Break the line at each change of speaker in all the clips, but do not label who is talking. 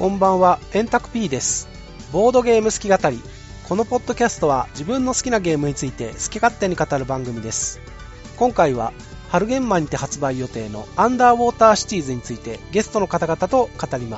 こんばんは、円卓 P です。ボードゲーム好き語り。このポッドキャストは自分の好きなゲームについて好き勝手に語る番組です。今回は春ゲンマにて発売予定のアンダーウォーターシティーズについてゲストの方々と語ります。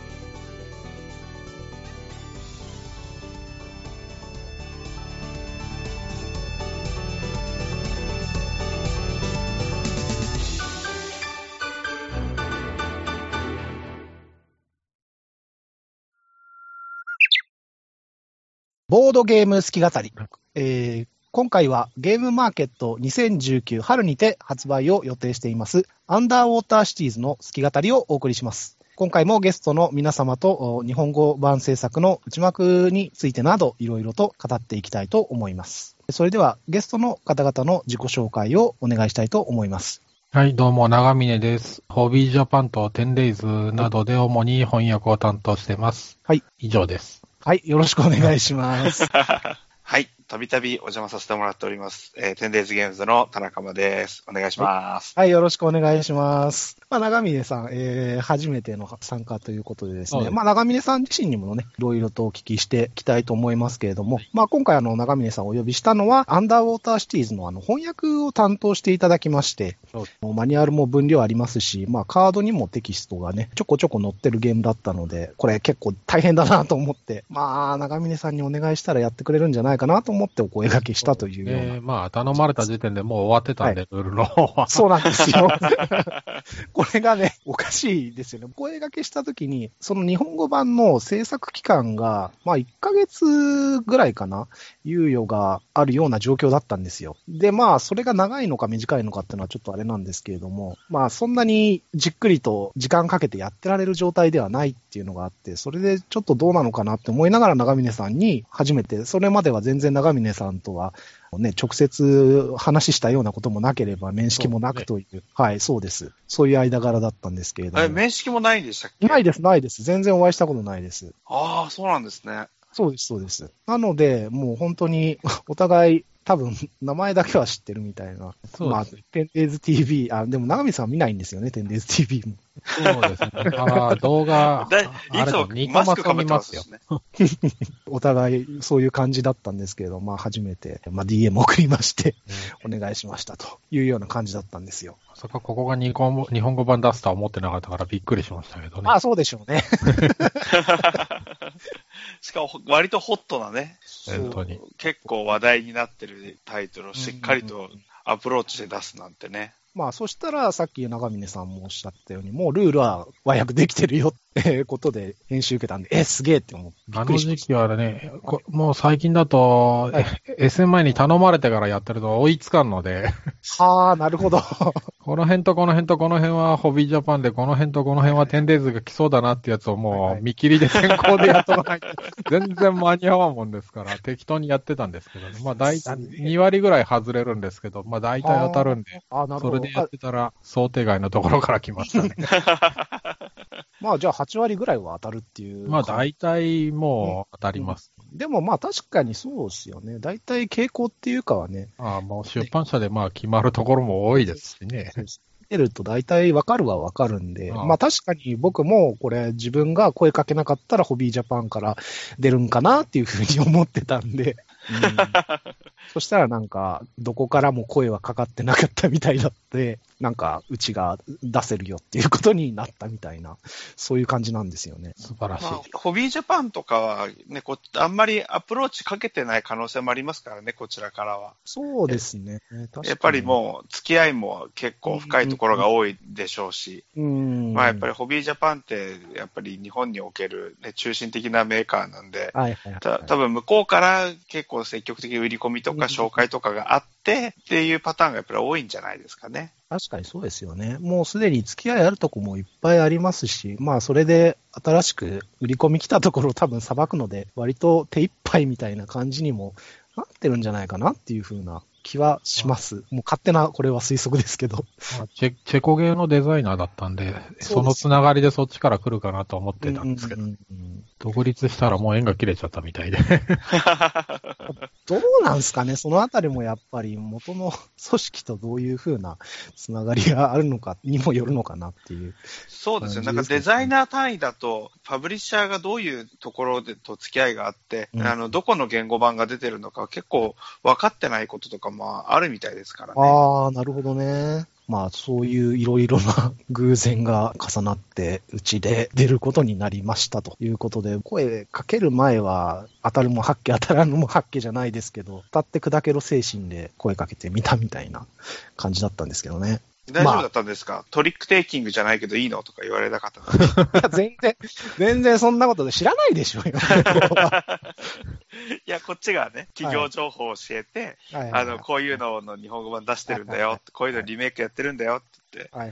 ボードゲーム好き語り。今回はゲームマーケット2019春にて発売を予定していますアンダーウォーターシティーズの好き語りをお送りします。今回もゲストの皆様と日本語版制作の内幕についてなどいろいろと語っていきたいと思います。それではゲストの方々の自己紹介をお願いしたいと思います。
はい、どうも、長峰です。ホビージャパンと10daysなどで主に翻訳を担当しています。
はい。
以上です。
はい、よろしくお願いします。
はい、たびたびお邪魔させてもらっております。10days ゲームズの田中間です。お願いします。
はい、よろしくお願いします。長峰さん、初めての参加ということでですね、長峰さん自身にもね、いろいろとお聞きしていきたいと思いますけれども、今回長峰さんをお呼びしたのは、アンダーウォーターシティーズの翻訳を担当していただきまして、マニュアルも分量ありますし、カードにもテキストがね、ちょこちょこ載ってるゲームだったので、これ結構大変だなと思って、長峰さんにお願いしたらやってくれるんじゃないかなと思ってお声掛けしたというような。
頼まれた時点でもう終わってたんで、ルールの方は。
そうなんですよ。これがね、おかしいですよね。声掛けしたときに、その日本語版の制作期間が、1ヶ月ぐらいかな、猶予があるような状況だったんですよ。で、それが長いのか短いのかっていうのはちょっとあれなんですけれども、そんなにじっくりと時間かけてやってられる状態ではないっていうのがあって、それでちょっとどうなのかなって思いながら長峰さんに初めて、それまでは全然長峰さんとは、直接話したようなこともなければ面識もなくという、はい、そうです。そういう間柄だったんですけれども。
面識もないんでしたっけ？
ないです、ないです。全然お会いしたことないです。
ああ、そうなんですね。
そうです、そうです。なので、もう本当にお互い多分名前だけは知ってるみたいな。10days TV、でも長見さんは見ないんですよね、10days TV も。
そうですね。動画、
いつもマスクかぶってますよね。
お互いそういう感じだったんですけれど、初めて、DM 送りまして、お願いしましたというような感じだったんですよ。
そこが日本語版出すとは思ってなかったからびっくりしましたけどね。
そうでしょうね。
しかも割とホットなね、
本当に
結構話題になってるタイトルをしっかりとアプローチして出すなんてね。
そしたらさっき長峰さんもおっしゃったように、もうルールは和訳できてるよってことで編集受けたんで、すげえって思って。
あの時期はね、もう最近だと、SMI に頼まれてからやってると追いつかんので。
なるほど。
この辺とこの辺とこの辺はホビージャパンで、この辺とこの辺は10daysが来そうだなってやつをもう見切りで先行でやっとかないと、全然間に合わんもんですから、適当にやってたんですけどね。大体2割ぐらい外れるんですけど、大体当たるんで、それでやってたら想定外のところから来ましたね。
じゃあ8割ぐらいは当たるっていう。
大体もう当たります。
でも確かにそうですよね。大体傾向っていうかはね。
もう出版社で決まるところも多いですしね。
見ると大体わかるはわかるんで、確かに僕もこれ自分が声かけなかったらホビージャパンから出るんかなっていうふうに思ってたんで。そしたらどこからも声はかかってなかったみたいだって、うちが出せるよっていうことになったみたいな、そういう感じなんですよね。
素晴らしい。
ホビージャパンとかはね、あんまりアプローチかけてない可能性もありますからね、こちらからは。
そうですね。
やっぱりもう、付き合いも結構深いところが多いでしょうし、やっぱりホビージャパンって、やっぱり日本における、中心的なメーカーなんで、多分向こうから結構積極的に売り込みとか紹介とかがあってっていうパターンがやっぱり多いんじゃないですかね。
確かにそうですよね。もうすでに付き合いあるとこもいっぱいありますし、それで新しく売り込み来たところを多分さばくので、割と手一杯みたいな感じにもなってるんじゃないかなっていう風な気はします。もう勝手なこれは推測ですけど。
チェコゲーのデザイナーだったんで、そのつながりでそっちから来るかなと思ってたんですけど、独立したらもう縁が切れちゃったみたいで。
どうなんすかね、そのあたりもやっぱり元の組織とどういう風なつながりがあるのかにもよるのかなっていう。
そうですよ。なんかデザイナー単位だと、パブリッシャーがどういうところでと付き合いがあって、どこの言語版が出てるのか結構分かってないこととかもあるみたいですからね。
ああ、なるほどね。まあそういういろいろな偶然が重なってうちで出ることになりましたということで、声かける前は当たるも八卦当たらぬも八卦じゃないですけど、当たって砕けろ精神で声かけてみたみたいな感じだったんですけどね。
大丈夫だったんですか、トリックテイキングじゃないけどいいのとか言われなかった
のいや全然そんなことで知らないでしょうよ。
いや、こっちがね、企業情報を教えて、こういうのの日本語版出してるんだよ、こういうのリメイクやってるんだよって言って、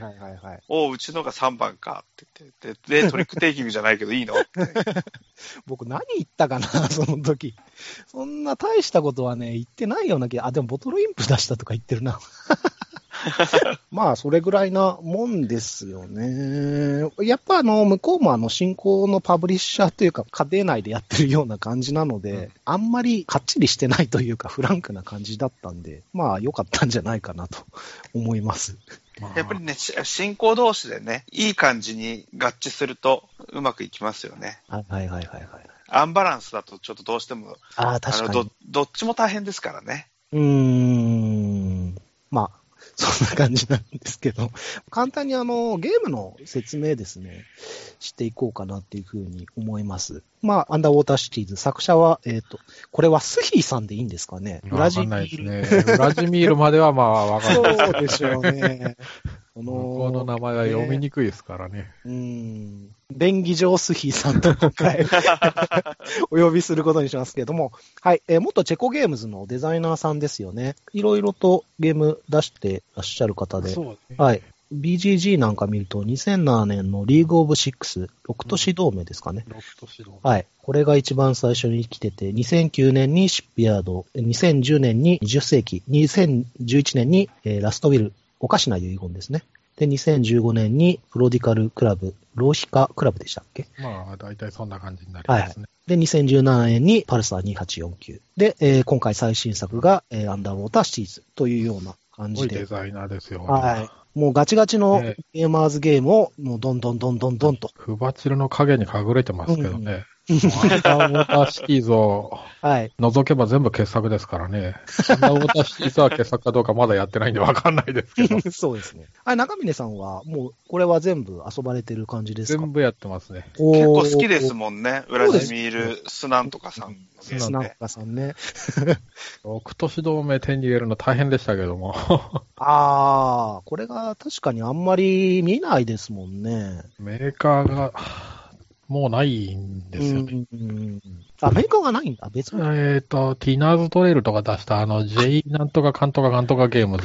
うちのが3番かって言って、で、トリックテイキングじゃないけどいいのって
僕何言ったかな、その時。そんな大したことはね、言ってないような気が、でもボトルインプ出したとか言ってるな。まあ、それぐらいなもんですよね。やっぱ向こうも新興のパブリッシャーというか、家庭内でやってるような感じなので、あんまりかっちりしてないというか、フランクな感じだったんで、まあ、良かったんじゃないかなと思います。
やっぱりね、新興同士でね、いい感じに合致するとうまくいきますよね。アンバランスだとちょっとどうしても、
確かに
どっちも大変ですからね。
まあ、そんな感じなんですけど、簡単にゲームの説明ですね、していこうかなっていうふうに思います。まあ、アンダーウォーターシティーズ、作者は、これはスヒーさんでいいんですかね。
ウラジミール。ウラジミールまではまあわかんない。
そうでしょうね。
向こうの名前は読みにくいですからね。
便宜上スヒーさんと今回お呼びすることにしますけれども、はい、元チェコゲームズのデザイナーさんですよね。いろいろとゲーム出してらっしゃる方で、
そうね、
はい。BGG なんか見ると、2007年のリーグオブシックス、6都市同盟ですかね。
6都市同盟。
はい。これが一番最初に来てて、2009年にシップヤード、2010年に20世紀、2011年に、ラストウィル、おかしな遺言ですね。で、2015年にプロディカルクラブ、ローヒカクラブでしたっけ？
まあ、大体そんな感じになりますね。
で、2017年にパルサー2849。で、今回最新作が、アンダーウォーターシティーズというような感じで。
すごいデザイナーですよ。
はい。もうガチガチのゲーマーズゲームを、もうどんどんと。
フバチルの影に隠れてますけどね。アンダーウォーターシティーズを除けば全部傑作ですからね。アンダーウォーターシティーズは傑作かどうかまだやってないんでわかんないですけど。
そうですね。中峰さんはもうこれは全部遊ばれてる感じですか？
全部やってますね。
結構好きですもんね。ウラジミール・スナンとかさん。
スナンとかさんね。
6都市同盟手に入れるの大変でしたけども。
これが確かにあんまり見ないですもんね。
メーカーが、もうないんですよね。
メーカーがないんだ、別に。
ティーナーズトレイルとか出したJ なんとかかんとかかんとかゲームズ。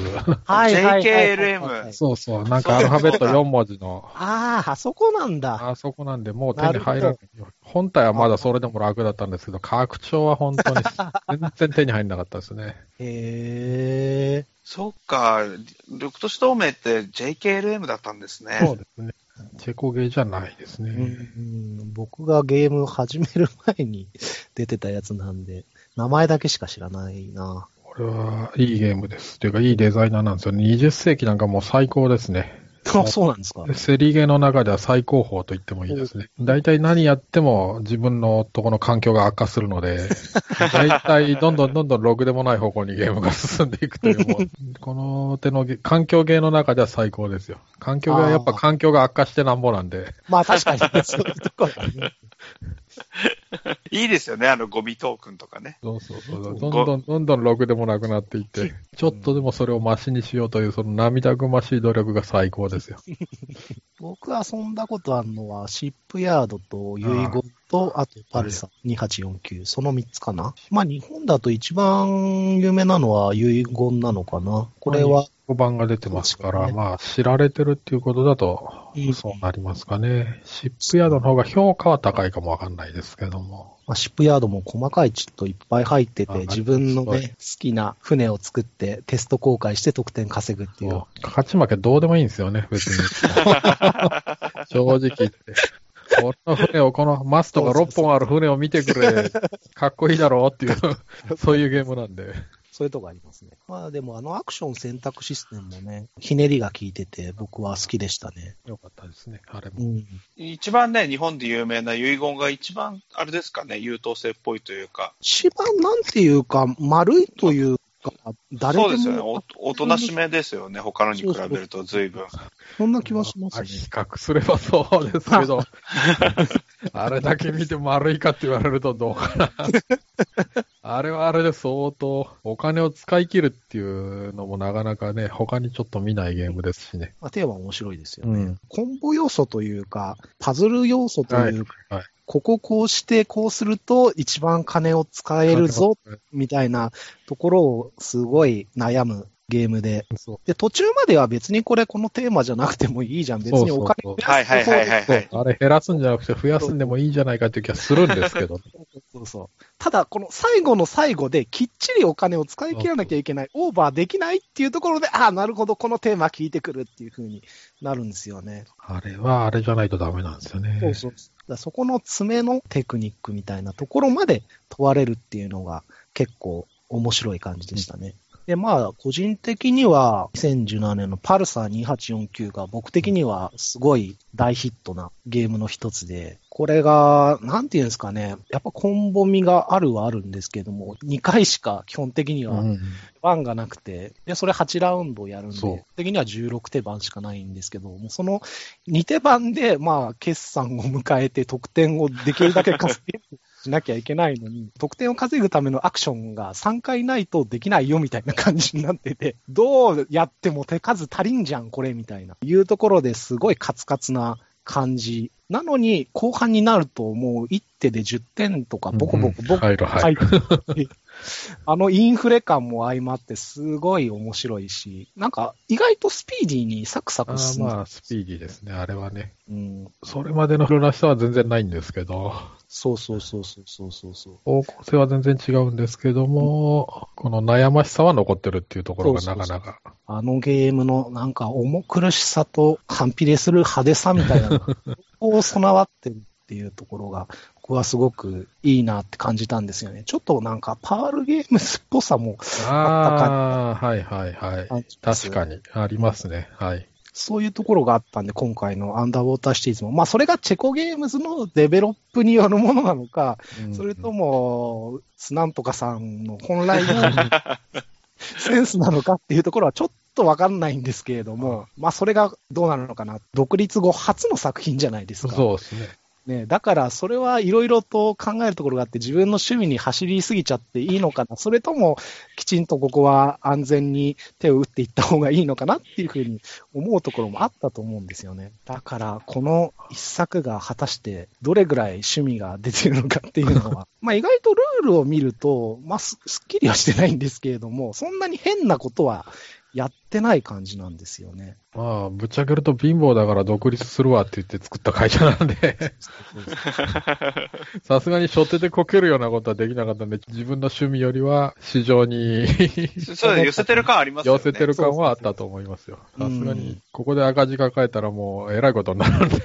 JKLM。
そう、なんかアルファベット4文字の。
あそこなんだ。
あそこなんで、もう手に入らない。本体はまだそれでも楽だったんですけど、拡張は本当に全然手に入んなかったですね。
へー。
そっか、6都市同盟って JKLM だったんですね。
そうですね。チェコゲーじゃないですね。
僕がゲームを始める前に出てたやつなんで、名前だけしか知らないな。
これはいいゲームです。というか、いいデザイナーなんですよね。20世紀なんかもう最高ですね。
そうなんですか。
セリゲーの中では最高峰と言ってもいいですね。大体何やっても自分のとこの環境が悪化するので、大体どんどんログでもない方向にゲームが進んでいくという、もうこの手の環境ゲーの中では最高ですよ。環境がやっぱ環境が悪化してなんぼなんで。
まあ確かに、そういうところだね。
いいですよね、ゴミトークンとかね。
そう。どんどんログでもなくなっていって、ちょっとでもそれをマシにしようという、その涙ぐましい努力が最高ですよ。
僕遊んだことあるのは、シップヤードと遺言と、あとパルサ2849、その3つかな。まあ日本だと一番有名なのは遺言なのかな。これは。
版が出てますから、まあ知られてるっていうことだと、そうなりますかね。シップヤードの方が評価は高いかもわかんないですけども。
まあ、シップヤードも細かいチットいっぱい入ってて、自分のね、好きな船を作ってテスト公開して得点稼ぐっていう。
勝ち負けどうでもいいんですよね、別に。正直言って。 この船を、このマストが6本ある船を見てくれ。かっこいいだろうっていう、そういうゲームなんで。
そういうとこありますね。まあでもアクション選択システムもね、ひねりが効いてて僕は好きでしたね。
よかったですね、あれも。
一番ね、日本で有名な遺言が一番、あれですかね、優等生っぽいというか。
一番なんていうか、丸いというか、誰でも。
そうですよね。おとなしめですよね。他のに比べると随分。
そんな気はしますね。
比較すればそうですけど、あれだけ見て丸いかって言われるとどうかな。あれはあれで相当お金を使い切るっていうのもなかなかね、他にちょっと見ないゲームですしね。
まあ、テーマ面白いですよね。コンボ要素というか、パズル要素というか、こうしてこうすると一番金を使えるぞ、みたいなところをすごい悩むゲームで。で、途中までは別にこのテーマじゃなくてもいいじゃん。別にお金
増やす。
あれ減らすんじゃなくて増やすんでもいいんじゃないかっていう気がするんですけど。
ただ、この最後の最後できっちりお金を使い切らなきゃいけない、オーバーできないっていうところで、なるほど、このテーマ聞いてくるっていう風になるんですよね。
あれはあれじゃないとダメなんですよね。
そこの詰めのテクニックみたいなところまで問われるっていうのが結構面白い感じでしたね。で、個人的には、2017年のパルサー2849が僕的にはすごい大ヒットなゲームの一つで、これが、なんていうんですかね、やっぱコンボ味があるはあるんですけども、2回しか基本的には番がなくて、で、それ8ラウンドやるんで、基本的には16手番しかないんですけども、その2手番で、決算を迎えて得点をできるだけ稼げる。しなきゃいけないのに、得点を稼ぐためのアクションが3回ないとできないよみたいな感じになってて、どうやっても手数足りんじゃん、これみたいな。いうところですごいカツカツな感じ。なのに、後半になるともう1手で10点とかボコボコ
入る。
インフレ感も相まってすごい面白いし、なんか意外とスピーディーにサクサク進む。
スピーディーですね、あれはね。それまでのフルらしさは全然ないんですけど。
そう。
方向性は全然違うんですけども、この悩ましさは残ってるっていうところがなかなか。
あのゲームのなんか重苦しさと反比例する派手さみたいなのを備わってるっていうところが、僕はすごくいいなって感じたんですよね。ちょっとなんかパールゲームスっぽさもあった
はい。確かに。ありますね。はい。
そういうところがあったんで、今回のアンダーウォーターシティーズも、それがチェコゲームズのデベロップによるものなのか、それとも、スナンとかさんの本来のセンスなのかっていうところはちょっとわかんないんですけれども、それがどうなるのかな。独立後初の作品じゃないですか。
そうですね。
だからそれはいろいろと考えるところがあって、自分の趣味に走りすぎちゃっていいのかな、それともきちんとここは安全に手を打っていった方がいいのかなっていうふうに思うところもあったと思うんですよね。だからこの一作が果たしてどれぐらい趣味が出てるのかっていうのは意外とルールを見ると、すっきりはしてないんですけれども、そんなに変なことはやってない感じなんですよね。
ぶっちゃけると貧乏だから独立するわって言って作った会社なんでさすがに初手でこけるようなことはできなかったんで、自分の趣味よりは市場に
そう寄せてる感ありますよね。
寄せてる感はあったと思いますよ。さすがにここで赤字抱えたらもうえらいことになるんで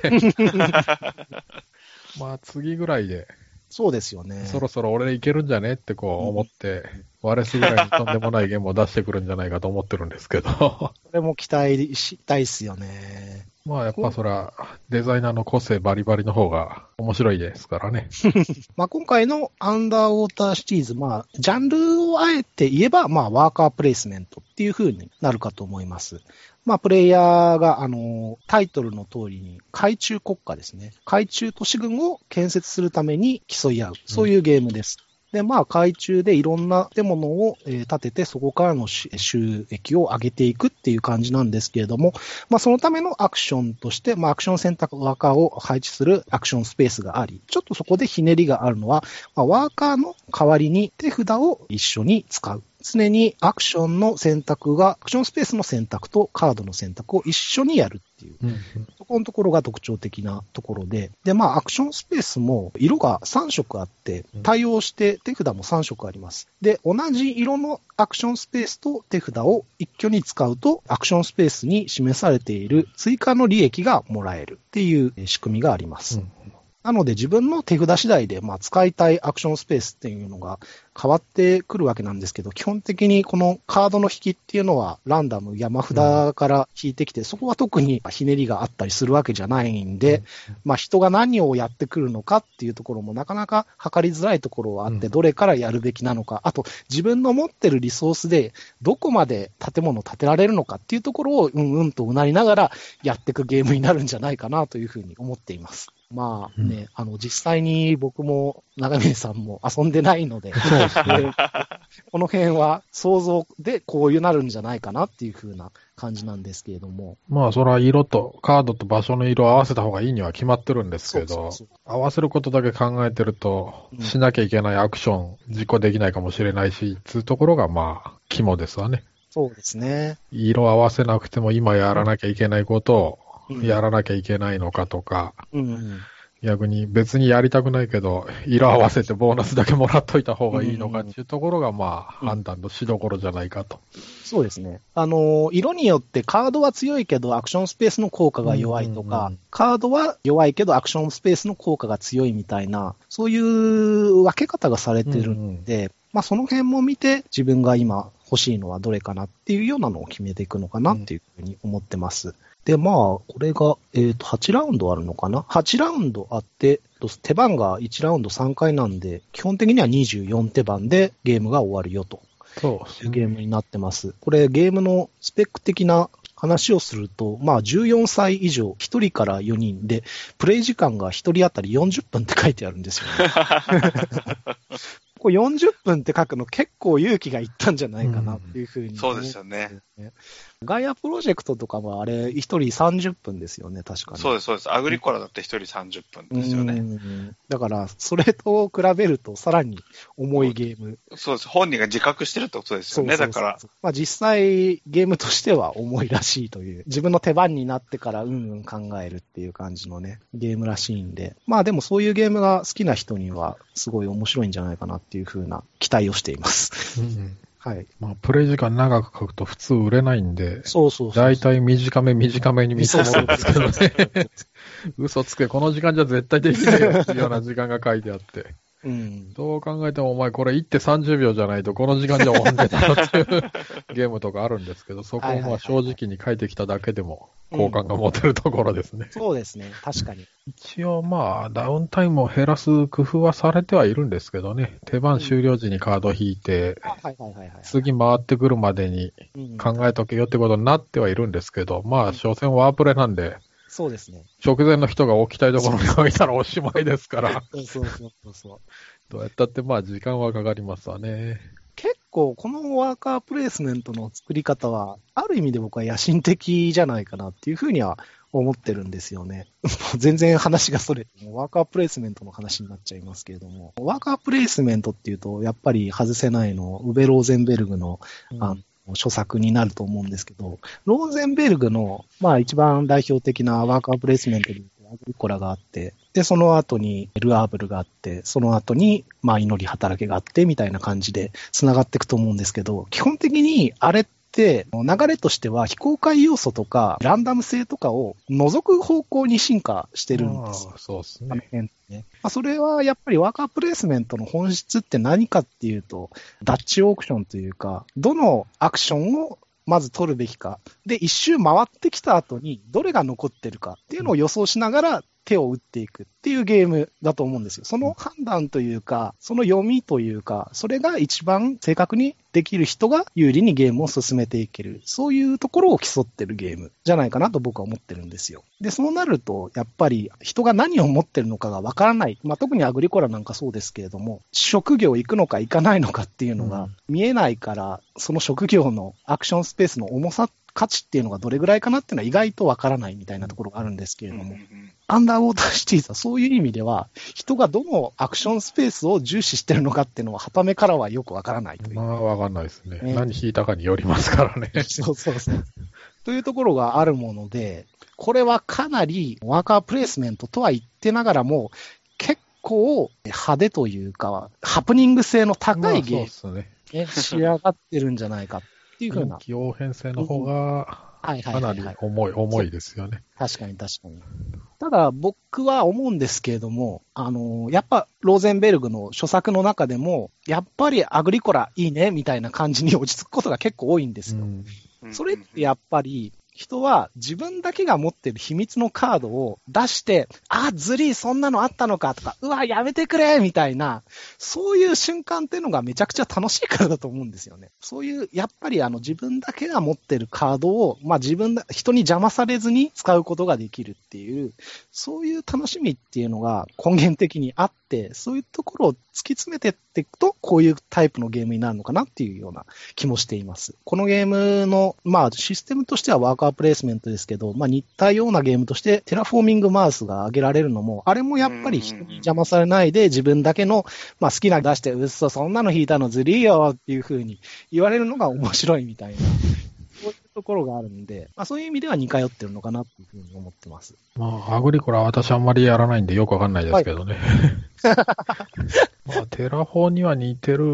次ぐらいで。
そうですよね。
そろそろ俺いけるんじゃねって思って、ワレスぐらいにとんでもないゲームを出してくるんじゃないかと思ってるんですけど。
それも期待したいっすよね。
やっぱそら、デザイナーの個性バリバリの方が面白いですからね。
今回のアンダーウォーターシティーズ、ジャンルをあえて言えば、ワーカープレイスメントっていう風になるかと思います。プレイヤーが、タイトルの通りに、海中国家ですね。海中都市軍を建設するために競い合う。そういうゲームです。で、海中でいろんな建物を建てて、そこからの収益を上げていくっていう感じなんですけれども、そのためのアクションとして、アクション選択ワーカーを配置するアクションスペースがあり、ちょっとそこでひねりがあるのは、ワーカーの代わりに手札を一緒に使う。常にアクションの選択が、アクションスペースの選択とカードの選択を一緒にやるっていう、そこのところが特徴的なところで、で、アクションスペースも色が3色あって、対応して手札も3色あります。で、同じ色のアクションスペースと手札を一挙に使うと、アクションスペースに示されている追加の利益がもらえるっていう仕組みがあります。 なので自分の手札次第で、使いたいアクションスペースっていうのが変わってくるわけなんですけど、基本的にこのカードの引きっていうのはランダム山札から引いてきて、そこは特にひねりがあったりするわけじゃないんで、人が何をやってくるのかっていうところもなかなか測りづらいところはあって、どれからやるべきなのか、あと自分の持ってるリソースでどこまで建物を建てられるのかっていうところをとうなりながらやっていくゲームになるんじゃないかなというふうに思っています。実際に僕も長峰さんも遊んでないので、この辺は想像でこういうなるんじゃないかなっていう風な感じなんですけれども。
それは色と、カードと場所の色を合わせた方がいいには決まってるんですけど、合わせることだけ考えてると、しなきゃいけないアクション、実行できないかもしれないし、つうところが肝ですわね。
そうですね。
色合わせなくても今やらなきゃいけないことをやらなきゃいけないのかとか、逆に別にやりたくないけど、色合わせてボーナスだけもらっといた方がいいのかっていうところが、判断のしどころじゃないかと。
そうですね。色によってカードは強いけどアクションスペースの効果が弱いとか、カードは弱いけどアクションスペースの効果が強いみたいな、そういう分け方がされてるんで、その辺も見て自分が今欲しいのはどれかなっていうようなのを決めていくのかなっていうふうに思ってます。で、これが、8ラウンドあるのかな ?8 ラウンドあって、手番が1ラウンド3回なんで、基本的には24手番でゲームが終わるよと。そういうゲームになってます。これ、ゲームのスペック的な話をすると、14歳以上、1人から4人で、プレイ時間が1人当たり40分って書いてあるんですよね。これ40分って書くの結構勇気がいったんじゃないかなっていうふうに、
そうですよね。
ガイアプロジェクトとかはあれ、1人30分ですよね、確かに。
そうです、そうです。アグリコラだって1人30分ですよね。
だから、それと比べるとさらに重いゲーム。
そうです。本人が自覚してるってことですよね、だから。
実際、ゲームとしては重いらしいという、自分の手番になってから考えるっていう感じのね、ゲームらしいんで。でもそういうゲームが好きな人には、すごい面白いんじゃないかなっていう風な期待をしています。はい。
プレイ時間長く書くと普通売れないんで、だいたい短めに見積もるんですけどね。嘘つけ、この時間じゃ絶対できないよっていうような時間が書いてあって。どう考えてもお前これ1手30秒じゃないとこの時間じゃ終わんねえだろっていうゲームとかあるんですけど、そこを正直に書いてきただけでも好感が持てるところですね。
そうですね、確かに。
一応ダウンタイムを減らす工夫はされてはいるんですけどね、手番終了時にカード引いて、次回ってくるまでに考えとけよってことになってはいるんですけど、所詮ワープレなんで、
そうですね。
直前の人が置きたいところに置いたらおしまいですから。
そう。
どうやったって時間はかかりますわね。
結構このワーカープレイスメントの作り方は、ある意味で僕は野心的じゃないかなっていうふうには思ってるんですよね。全然話がそれて、ワーカープレイスメントの話になっちゃいますけれども、ワーカープレイスメントっていうと、やっぱり外せないの、ウベ・ローゼンベルグの、著作になると思うんですけど、ローゼンベルグの、一番代表的なワーカープレイスメントでアグリコラがあって、で、その後にルアーブルがあって、その後に、祈り働きがあって、みたいな感じで繋がっていくと思うんですけど、基本的にあれって、流れとしては非公開要素とか、ランダム性とかを除く方向に進化してるんですよ。
そうですね。
それはやっぱりワーカープレイスメントの本質って何かっていうと、ダッチオークションというか、どのアクションをまず取るべきか。で、一周回ってきた後にどれが残ってるかっていうのを予想しながら手を打っていくっていうゲームだと思うんですよ。その判断というか、その読みというか、それが一番正確にできる人が有利にゲームを進めていける。そういうところを競ってるゲームじゃないかなと僕は思ってるんですよ。で、そうなると、やっぱり人が何を持ってるのかがわからない。特にアグリコラなんかそうですけれども、職業行くのか行かないのかっていうのが見えないから、その職業のアクションスペースの重さ、価値っていうのがどれぐらいかなっていうのは意外とわからないみたいなところがあるんですけれども、アンダーウォーターシティーズはそういう意味では、人がどのアクションスペースを重視してるのかっていうのは、傍目からはよくわからないという。
わかんないですね。何引いたかによりますからね。
そう。というところがあるもので、これはかなりワーカープレイスメントとは言ってながらも、結構派手というか、ハプニング性の高いゲーム、仕上がってるんじゃないかっていうふうな。
臨機応変性の方がかなり重いですよね。
確かに。ただ僕は思うんですけれども、やっぱローゼンベルグの著作の中でも、やっぱりアグリコラいいねみたいな感じに落ち着くことが結構多いんですよ。それってやっぱり、人は自分だけが持ってる秘密のカードを出して、ズリーそんなのあったのかとか、うわ、やめてくれみたいな、そういう瞬間っていうのがめちゃくちゃ楽しいからだと思うんですよね。そういう、やっぱり自分だけが持ってるカードを、人に邪魔されずに使うことができるっていう、そういう楽しみっていうのが根源的にあって、そういうところを突き詰めてっていくと、こういうタイプのゲームになるのかなっていうような気もしています。このゲームの、システムとしてはワーカープレイスメントですけど、似たようなゲームとして、テラフォーミングマウスが挙げられるのも、あれもやっぱり人に邪魔されないで、自分だけの、好きな出して、うっそ、そんなの引いたのずりーよっていう風に言われるのが面白いみたいな。そういうところがあるんで、そういう意味では似通ってるのかなっていうふうに思ってます。
アグリコラは私あんまりやらないんでよくわかんないですけどね。テラフォには似てる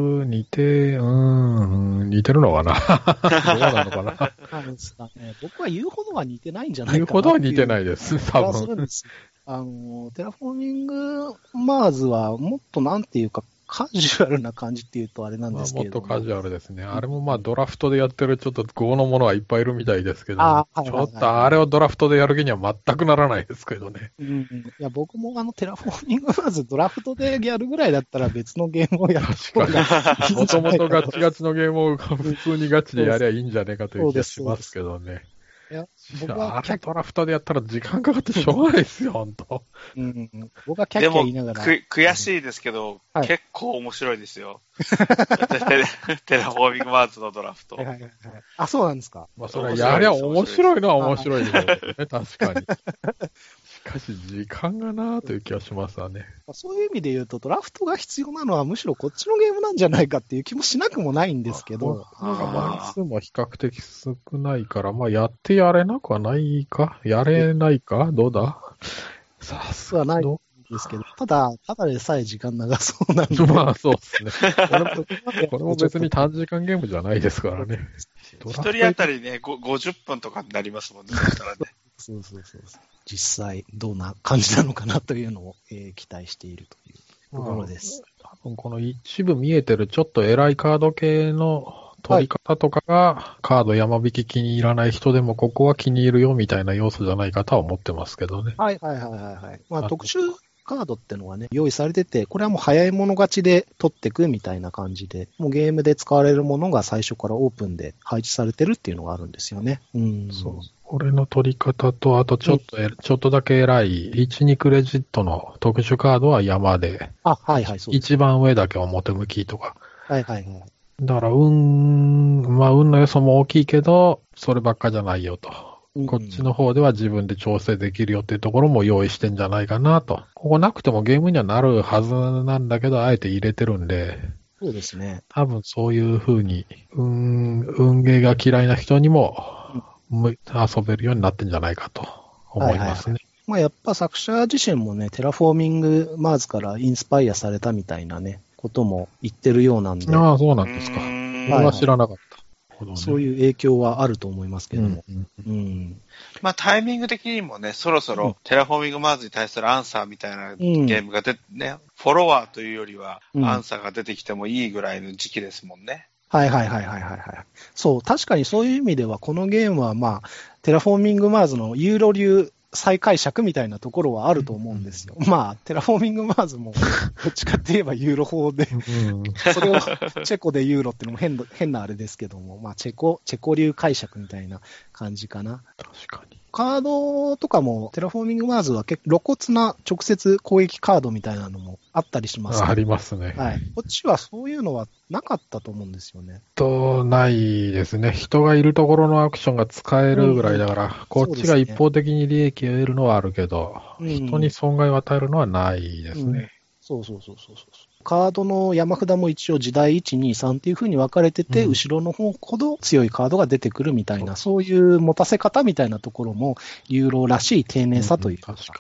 のかなどうなのかな
僕は言うほどは似てないんじゃないかな。
言うほどは似てないです、多分。
テラフォーミングマーズはもっとなんていうか、カジュアルな感じっていうとあれなんですけども。
もっとカジュアルですね。あれもドラフトでやってるちょっと豪のものはいっぱいいるみたいですけど、ちょっとあれをドラフトでやる気には全くならないですけどね。
いや、僕もテラフォーミングまずドラフトでやるぐらいだったら別のゲームをやる方が
もともとガチガチのゲームを普通にガチでやりゃいいんじゃねえかという気がしますけどね。
いや、僕は
あれドラフトでやったら時間かかってしょうがないですよ、ほんと。
僕はキャッキャ言いながら。
でも、悔しいですけど、結構面白いですよ。テラフォーミングマーズのドラフト。
そうなんですか。
それやりゃ面白いのは面白いでしょうね、確かに。しかし、時間がなぁという気がしますわね。
そういう意味で言うと、ドラフトが必要なのはむしろこっちのゲームなんじゃないかっていう気もしなくもないんですけど。
枚数も比較的少ないから、やってやれなくはないかやれないかどうだ
さすがないですけど、ただでさえ時間長そうなんで。
そうですね。これも別に短時間ゲームじゃないですからね。
一人当たりね、50分とかになりますもんね、そしたらね。
そう。実際どんな感じなのかなというのを、期待しているというところです。
多分この一部見えてるちょっと偉いカード系の取り方とかが、カード山引き気に入らない人でもここは気に入るよみたいな要素じゃないかとは思ってますけどね。
はい。特殊カードってのはね、用意されてて、これはもう早い者勝ちで取っていくみたいな感じで、もうゲームで使われるものが最初からオープンで配置されてるっていうのがあるんですよね。
そう。これの取り方と、あとちょっとだけ偉い、1、2クレジットの特殊カードは山で、
そう
一番上だけ表向きとか。
はい。
だから運の要素も大きいけど、そればっかじゃないよと。こっちの方では自分で調整できるよっていうところも用意してんじゃないかなと。ここなくてもゲームにはなるはずなんだけど、あえて入れてるんで。
そうですね。
多分そういう風に、運ゲーが嫌いな人にも、遊べるようになってんじゃないかと思いますね。
やっぱ作者自身もね、テラフォーミングマーズからインスパイアされたみたいなね、ことも言ってるようなんで。
そうなんですか。僕は知らなかった。
そういう影響はあると思いますけども。
タイミング的にもね、そろそろテラフォーミングマーズに対するアンサーみたいなゲームがね、フォロワーというよりはアンサーが出てきてもいいぐらいの時期ですもんね。
はい。そう、確かにそういう意味では、このゲームはテラフォーミングマーズのユーロ流再解釈みたいなところはあると思うんですよ。テラフォーミングマーズも、どっちかって言えばユーロ法で、それをチェコでユーロっていうのも変なあれですけども、チェコ流解釈みたいな感じかな。
確かに。
カードとかも、テラフォーミングマーズは結構露骨な直接攻撃カードみたいなのもあったりします、
ありますね。
はい。こっちはそういうのはなかったと思うんですよね。
ないですね。人がいるところのアクションが使えるぐらいだから、こっちが一方的に利益を得るのはあるけど、人に損害を与えるのはないですね。
そう。カードの山札も一応時代1、2、3っていう風に分かれてて、後ろの方ほど強いカードが出てくるみたいな、そういう持たせ方みたいなところも、ユーロらしい丁寧さというか。
確かに。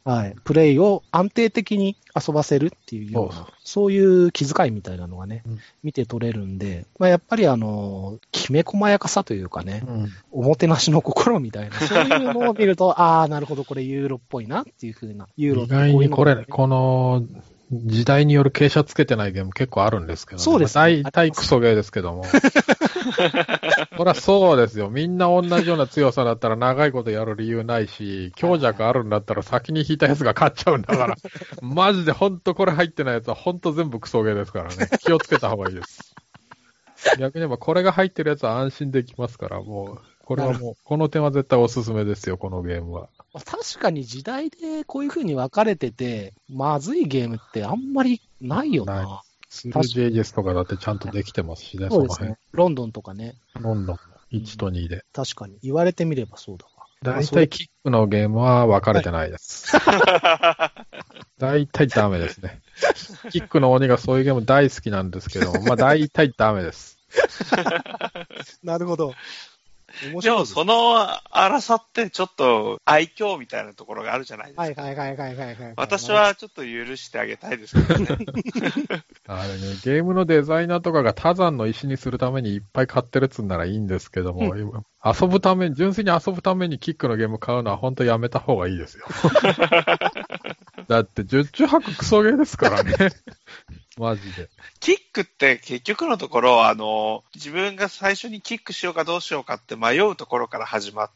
はい。プレイを安定的に遊ばせるっていうような、そういう気遣いみたいなのがね、見て取れるんで、まあ、やっぱりきめ細やかさというかね、おもてなしの心みたいな、そういうのを見ると、ああ、なるほど、これユーロっぽいなっていう風な、ユーロってこういうの、ね、
意外にこの、時代による傾斜つけてないゲーム結構あるんですけどね。
そうです
ね。大体クソゲーですけども。そりゃそうですよ。みんな同じような強さだったら長いことやる理由ないし、強弱あるんだったら先に引いたやつが勝っちゃうんだから。マジでほんとこれ入ってないやつはほんと全部クソゲーですからね。気をつけた方がいいです。逆に言えばこれが入ってるやつは安心できますから、もう、これはもう、この点は絶対おすすめですよ、このゲームは。
確かに時代でこういう風に分かれてて、まずいゲームってあんまりないよな。
2JS とかだってちゃんとできてますしね、
そうですね。ロンドンとかね。
ロンドン、1と2で。
確かに。言われてみればそうだわ。
大体キックのゲームは分かれてないです。大体ダメですね。キックの鬼がそういうゲーム大好きなんですけど、まあ大体ダメです。
なるほど。
でもその荒さってちょっと愛嬌みたいなところがあるじゃないですか。
はい。
私はちょっと許してあげたいですけどね。
あれね、ゲームのデザイナーとかが他山の石にするためにいっぱい買ってるっつんならいいんですけども、遊ぶために、純粋に遊ぶためにキックのゲーム買うのは本当やめた方がいいですよ。だって十中八九クソゲーですからね。マジで。
キックって結局のところ、自分が最初にキックしようかどうしようかって迷うところから始まって、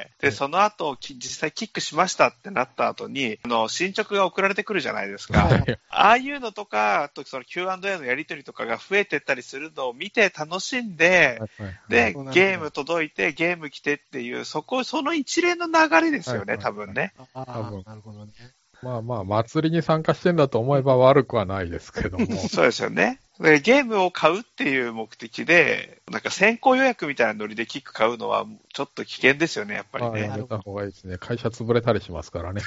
で、その後、実際キックしましたってなった後に、進捗が送られてくるじゃないですか。ああいうのとか、あとその Q&A のやり取りとかが増えてったりするのを見て楽しんで、で、ゲーム届いて、ゲーム来てっていう、その一連の流れですよね、多分ね。
なるほどね。
まあまあ、祭りに参加してんだと思えば悪くはないですけども。
そうですよね。でゲームを買うっていう目的で、なんか先行予約みたいなノリでキック買うのはちょっと危険ですよね、やっぱりね。
やめた方がいいですね。会社潰れたりしますからね。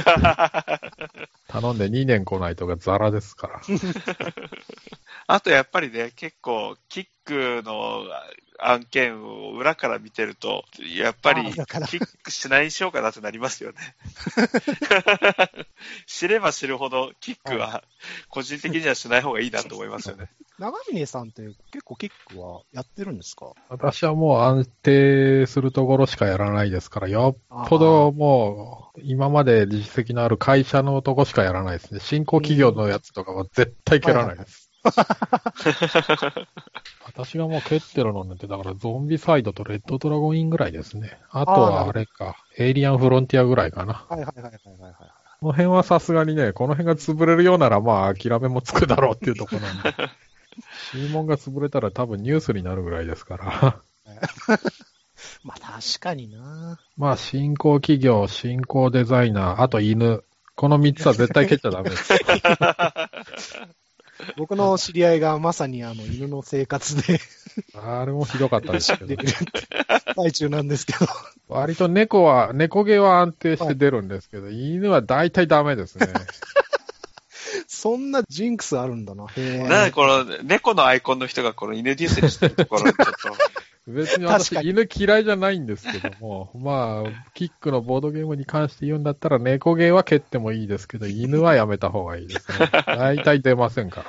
頼んで2年来ないとかザラですから。
あとやっぱりね、結構キックの案件を裏から見てると、やっぱりキックしないにしようかなってなりますよね。知れば知るほどキックは個人的にはしない方がいいなと思いますよね。
長峰さんって結構キックはやってるんですか？
私はもう安定するところしかやらないですから、よっぽどもう今まで実績のある会社のとこしかやらないですね。新興企業のやつとかは絶対蹴らないです。私がもう蹴ってるのって、だからゾンビサイドとレッドドラゴンインぐらいですね。あとはあれか、エイリアンフロンティアぐらいかな。
はい。
この辺はさすがにね、この辺が潰れるようならまあ諦めもつくだろうっていうところなんで。注文が潰れたら多分ニュースになるぐらいですから。
まあ確かにな。
まあ新興企業、新興デザイナー、あと犬。この3つは絶対蹴っちゃダメです。
僕の知り合いがまさに犬の生活で
あれもひどかったですけど、ね。
最中なんですけど。
割と猫毛は安定して出るんですけど、犬は大体ダメですね。
そんなジンクスあるんだな。
なんでこの猫のアイコンの人がこの犬ディスにしてるところにちょっと。
別に私犬嫌いじゃないんですけども、まあ、キックのボードゲームに関して言うんだったら猫毛は蹴ってもいいですけど、犬はやめた方がいいですね。大体出ませんから。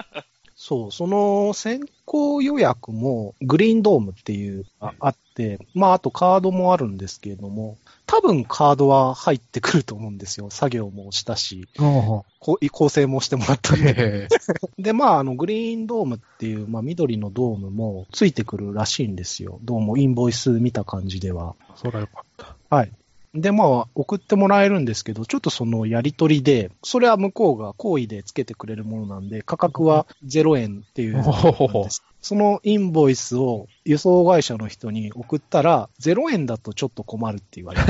そう、その先行予約もグリーンドームっていうあって、まああとカードもあるんですけれども、多分カードは入ってくると思うんですよ。作業もしたし、構成もしてもらったんで。で、まあグリーンドームっていう、まあ緑のドームもついてくるらしいんですよ。どうもインボイス見た感じでは。
それはよかった。
はい。で、まあ、送ってもらえるんですけど、ちょっとそのやり取りで、それは向こうが好意でつけてくれるものなんで、価格は0円っていうです。そのインボイスを輸送会社の人に送ったら、0円だとちょっと困るって言われて、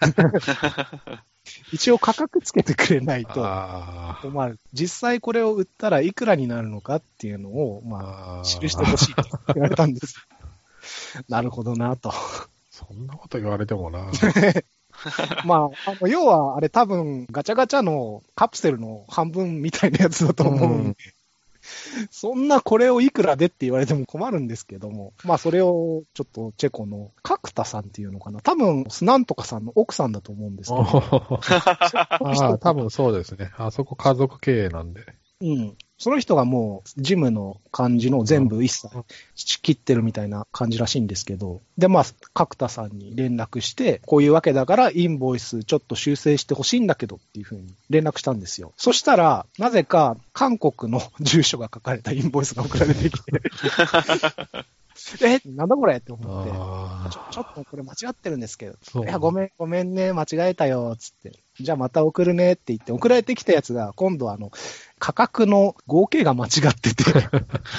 一応価格つけてくれないと困る。実際これを売ったらいくらになるのかっていうのを、まあ、記してほしいと言われたんです。なるほどなと。
そんなこと言われてもな。
まあ、要はあれ多分ガチャガチャのカプセルの半分みたいなやつだと思うんで、 そんなこれをいくらでって言われても困るんですけども、まあそれをちょっとチェコの角田さんっていうのかな。多分、スナンとかさんの奥さんだと思うんですけど。
多分そうですね。あそこ家族経営なんで。
うん。その人がもう、ジムの感じの全部一切仕切ってるみたいな感じらしいんですけど、で、まあ、角田さんに連絡して、こういうわけだから、インボイスちょっと修正してほしいんだけどっていうふうに連絡したんですよ。そしたら、なぜか、韓国の住所が書かれたインボイスが送られてきて、なんだこれって思って、ちょっとこれ間違ってるんですけど、いや、ごめんね、間違えたよ、つって。じゃあまた送るねって言って、送られてきたやつが、今度価格の合計が間違ってて、ちょっ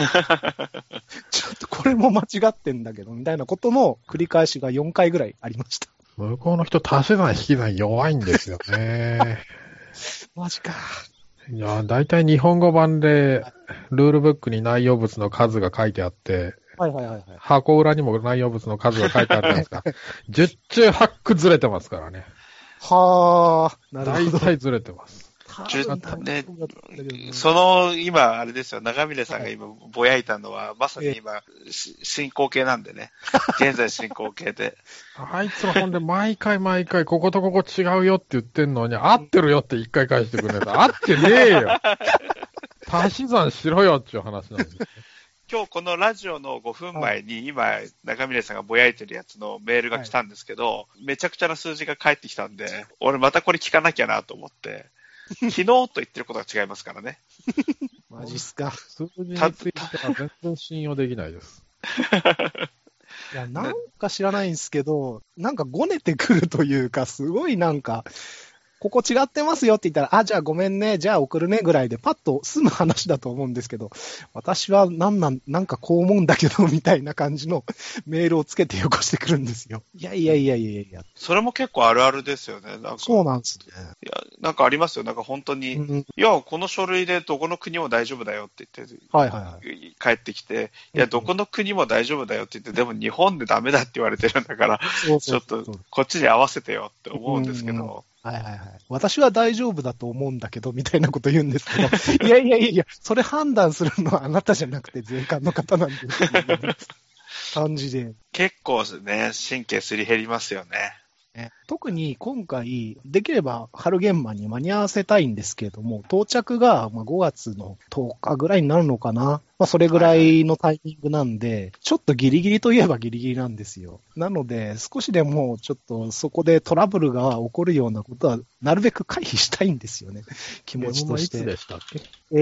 とこれも間違ってんだけど、みたいなことの繰り返しが4回ぐらいありました。
向こうの人、足し算引き算弱いんですよね。
マジか。
いや、だいたい日本語版で、ルールブックに内容物の数が書いてあって、箱裏にも内容物の数が書いてあるじゃないですか。10中8句ずれてますからね。
はあ、なるほど。
大体ずれてます。
ね、今、あれですよ、長峰さんが今、ぼやいたのは、まさに今、進行形なんでね。現在進行形で。
あいつらほんで、毎回、こことここ違うよって言ってんのに、合ってるよって一回返してくれた。合ってねえよ。足し算しろよっていう話なんですよ。
今日このラジオの5分前に、今、中峰さんがぼやいてるやつのメールが来たんですけど、めちゃくちゃな数字が返ってきたんで、俺またこれ聞かなきゃなと思って、昨日と言ってることが違いますからね。
マジっすか。
数字については全然信用できないです。
いや、なんか知らないんですけど、なんかごねてくるというか、すごいなんか、ここ違ってますよって言ったら、じゃあごめんね、じゃあ送るねぐらいでパッと済む話だと思うんですけど、私はなんかこう思うんだけど、みたいな感じのメールをつけてよこしてくるんですよ。いや。
それも結構あるあるですよね。なんか
そうなんですね。
いや、なんかありますよ。なんか本当に、いや、この書類でどこの国も大丈夫だよって言って、帰ってきて、いや、どこの国も大丈夫だよって言って、でも日本でダメだって言われてるんだから、ちょっとこっちに合わせてよって思うんですけど、
私は大丈夫だと思うんだけど、みたいなこと言うんですけど、いや、それ判断するのはあなたじゃなくて税関の方なんですよ、ね。感じで。
結構ね、神経すり減りますよね。
特に今回、できれば春現場に間に合わせたいんですけれども、到着が5月の10日ぐらいになるのかな。それぐらいのタイミングなんで、ちょっとギリギリといえばギリギリなんですよ。なので、少しでもちょっとそこでトラブルが起こるようなことは、なるべく回避したいんですよね。気持ちとして。
いつでしたっけ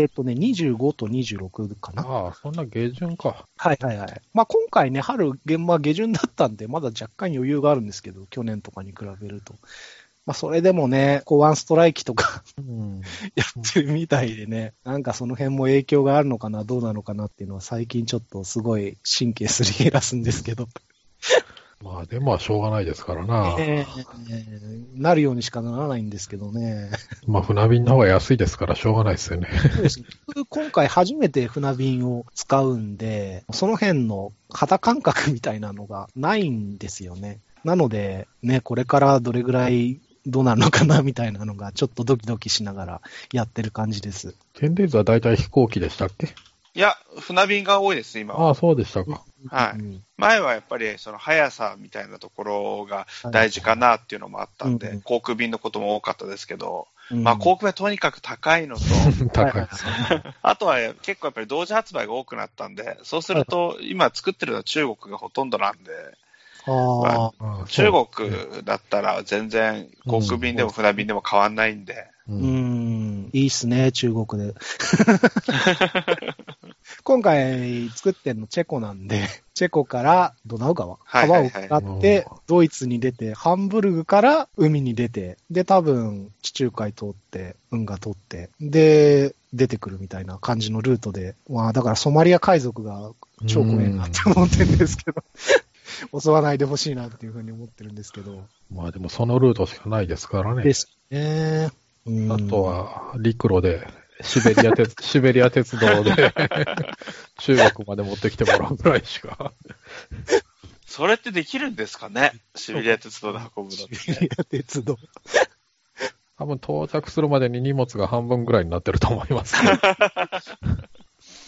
？25と26かな。
ああ、そんな下旬か。
はい。今回ね、春現場下旬だったんで、まだ若干余裕があるんですけど、去年とかに比べると。それでもね、ワンストライキとかやってるみたいでね、なんかその辺も影響があるのかな、どうなのかなっていうのは最近ちょっとすごい神経すり減らすんですけど。
でもしょうがないですからな。
なるようにしかならないんですけどね。
船便の方が安いですからしょうがないですよね。
そうですね。今回初めて船便を使うんで、その辺の肌感覚みたいなのがないんですよね。なので、ね、これからどれぐらいどうなるのかなみたいなのがちょっとドキドキしながらやってる感じです。
テンデイズは大体飛行機でしたっけ？
いや、船便が多いです、今は。
ああ、そうでしたか。
はい。前はやっぱりその速さみたいなところが大事かなっていうのもあったんで、航空便のことも多かったですけど、航空便はとにかく高いのと、
高いです。
あとは結構やっぱり同時発売が多くなったんで、そうすると今作ってるのは中国がほとんどなんで、中国だったら全然航空便でも船便でも変わんないんで。
いいっすね、中国で。今回作ってんのチェコなんで、チェコからドナウ川、川を渡ってドイツに出て、ハンブルグから海に出て、で多分地中海通って、運河通って、で出てくるみたいな感じのルートで、だからソマリア海賊が超怖いなって思ってるんですけど。襲わないでほしいなっていうふうに思ってるんですけど。
でもそのルートしかないですからね。
ですね。
あとは陸路でシベリア鉄道で中国まで持ってきてもらうぐらいしか。
それってできるんですかね？シベリア鉄道で運ぶのって。
シベリア鉄道。
多分到着するまでに荷物が半分ぐらいになってると思います、ね。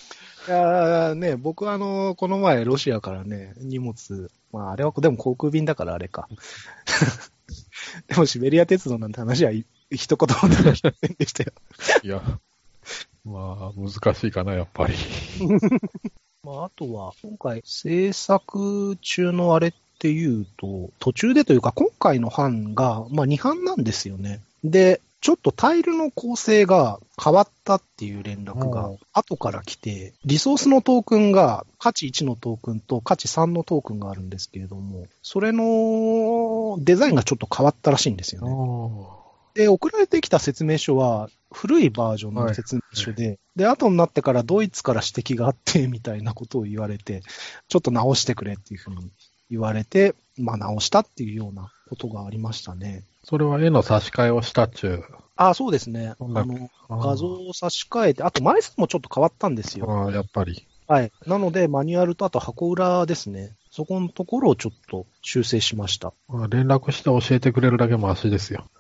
いやね、僕はこの前ロシアからね、荷物、まああれはでも航空便だからあれか。でもシベリア鉄道なんて話は一言も出ませんでしたよ。
いや、まあ難しいかな、やっぱり。
まああとは、今回制作中のあれっていうと、途中でというか今回の版が、まあ2版なんですよね。で、ちょっとタイルの構成が変わったっていう連絡が後から来て、リソースのトークンが価値1のトークンと価値3のトークンがあるんですけれども、それのデザインがちょっと変わったらしいんですよね。で、送られてきた説明書は古いバージョンの説明書で、で、後になってからドイツから指摘があってみたいなことを言われて、ちょっと直してくれっていうふうに言われて、まあ直したっていうようなことがありましたね。
それは絵の差し替えをしたっちゅう。
ああ、そうですね。画像を差し替えて、あと枚数もちょっと変わったんですよ。
ああ、やっぱり。
はい。なので、マニュアルとあと箱裏ですね。そこのところをちょっと修正しました。
連絡して教えてくれるだけマシですよ。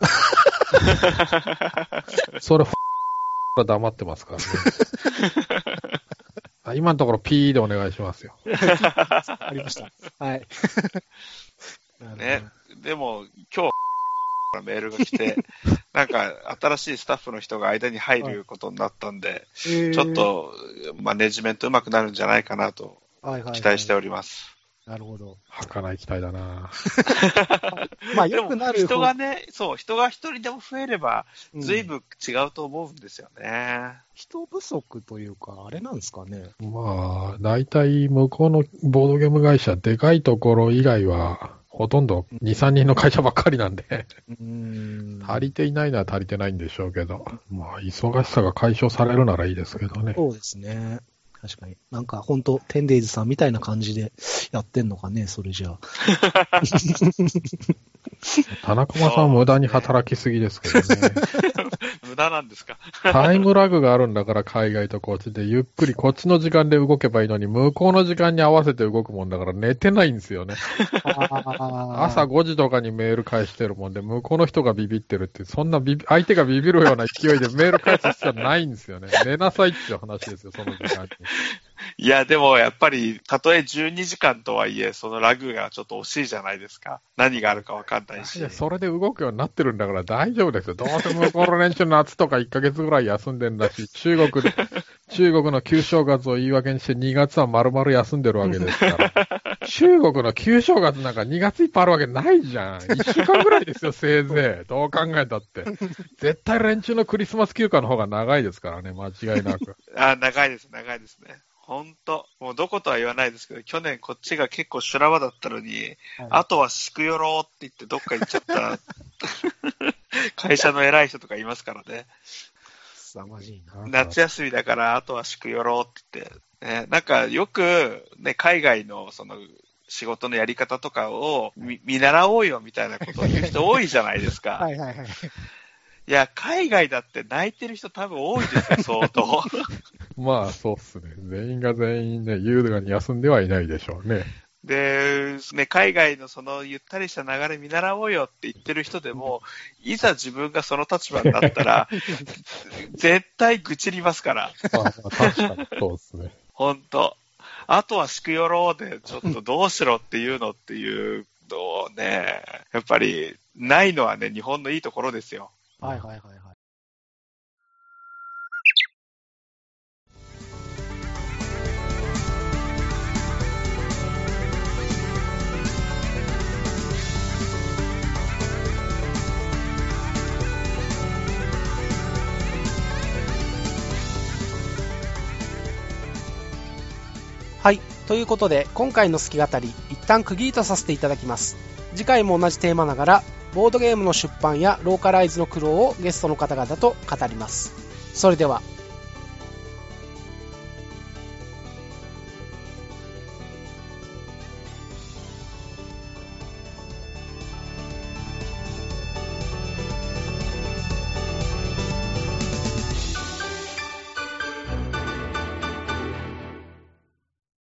それ、黙ってますからね。今のところ P でお願いしますよ。
ありました。はい。
ね、でも今日メールが来て、なんか新しいスタッフの人が間に入ることになったんで、ちょっとマネジメントうまくなるんじゃないかなと期待しております。
なるほど。
儚い期待だな。
まあ良くなる。人がね、そう、人が一人でも増えれば、随分違うと思うんですよね。
人不足というか、あれなんですかね。
まあ、大体向こうのボードゲーム会社、でかいところ以外は、ほとんど2、3人の会社ばっかりなんで、足りていないのは足りてないんでしょうけど、まあ、忙しさが解消されるならいいですけどね。
そうですね。確かに。なんか、ほんと、テンデイズさんみたいな感じでやってんのかね、それじゃあ。
田中間さんは無駄に働きすぎですけどね。
無駄なんですか？
タイムラグがあるんだから海外とこっちでゆっくりこっちの時間で動けばいいのに向こうの時間に合わせて動くもんだから寝てないんですよね。朝5時とかにメール返してるもんで向こうの人がビビってるってそんな相手がビビるような勢いでメール返す必要ないんですよね。寝なさいっていう話ですよ、その時間に。
いや、でもやっぱり、たとえ12時間とはいえ、そのラグがちょっと惜しいじゃないですか。何があるか分かんないし。
いや、それで動くようになってるんだから大丈夫ですよ。どうせ向こうの連中夏とか1ヶ月ぐらい休んでんだし、中国の旧正月を言い訳にして2月は丸々休んでるわけですから。中国の旧正月なんか2月いっぱいあるわけないじゃん。1週間ぐらいですよ、せいぜい。どう考えたって。絶対連中のクリスマス休暇の方が長いですからね、間違いなく。
長いですね。ほんと。もうどことは言わないですけど、去年こっちが結構修羅場だったのに、あとはしくよろうって言ってどっか行っちゃった会社の偉い人とかいますからね。
凄まじいな。
夏休みだからあとはしくよろうって言って、なんかよく、ね、海外のその仕事のやり方とかを見習おうよみたいなことを言う人多いじゃないですか。
はいはいはい。
いや、海外だって泣いてる人多分多いですよ、相当。
まあ、そうっすね。全員が全員ね、優雅に休んではいないでしょうね。
で、ね、海外のそのゆったりした流れ見習おうよって言ってる人でも、いざ自分がその立場になったら、絶対愚痴りますから。
まあ、確かにそうですね。
ほんと。あとはしくよろうで、ちょっとどうしろっていうのっていうのをね、やっぱりないのはね、日本のいいところですよ。
はいはいはいはい。はい。ということで、今回の好き語り、一旦区切りとさせていただきます。次回も同じテーマながら、ボードゲームの出版やローカライズの苦労をゲストの方々と語ります。それでは。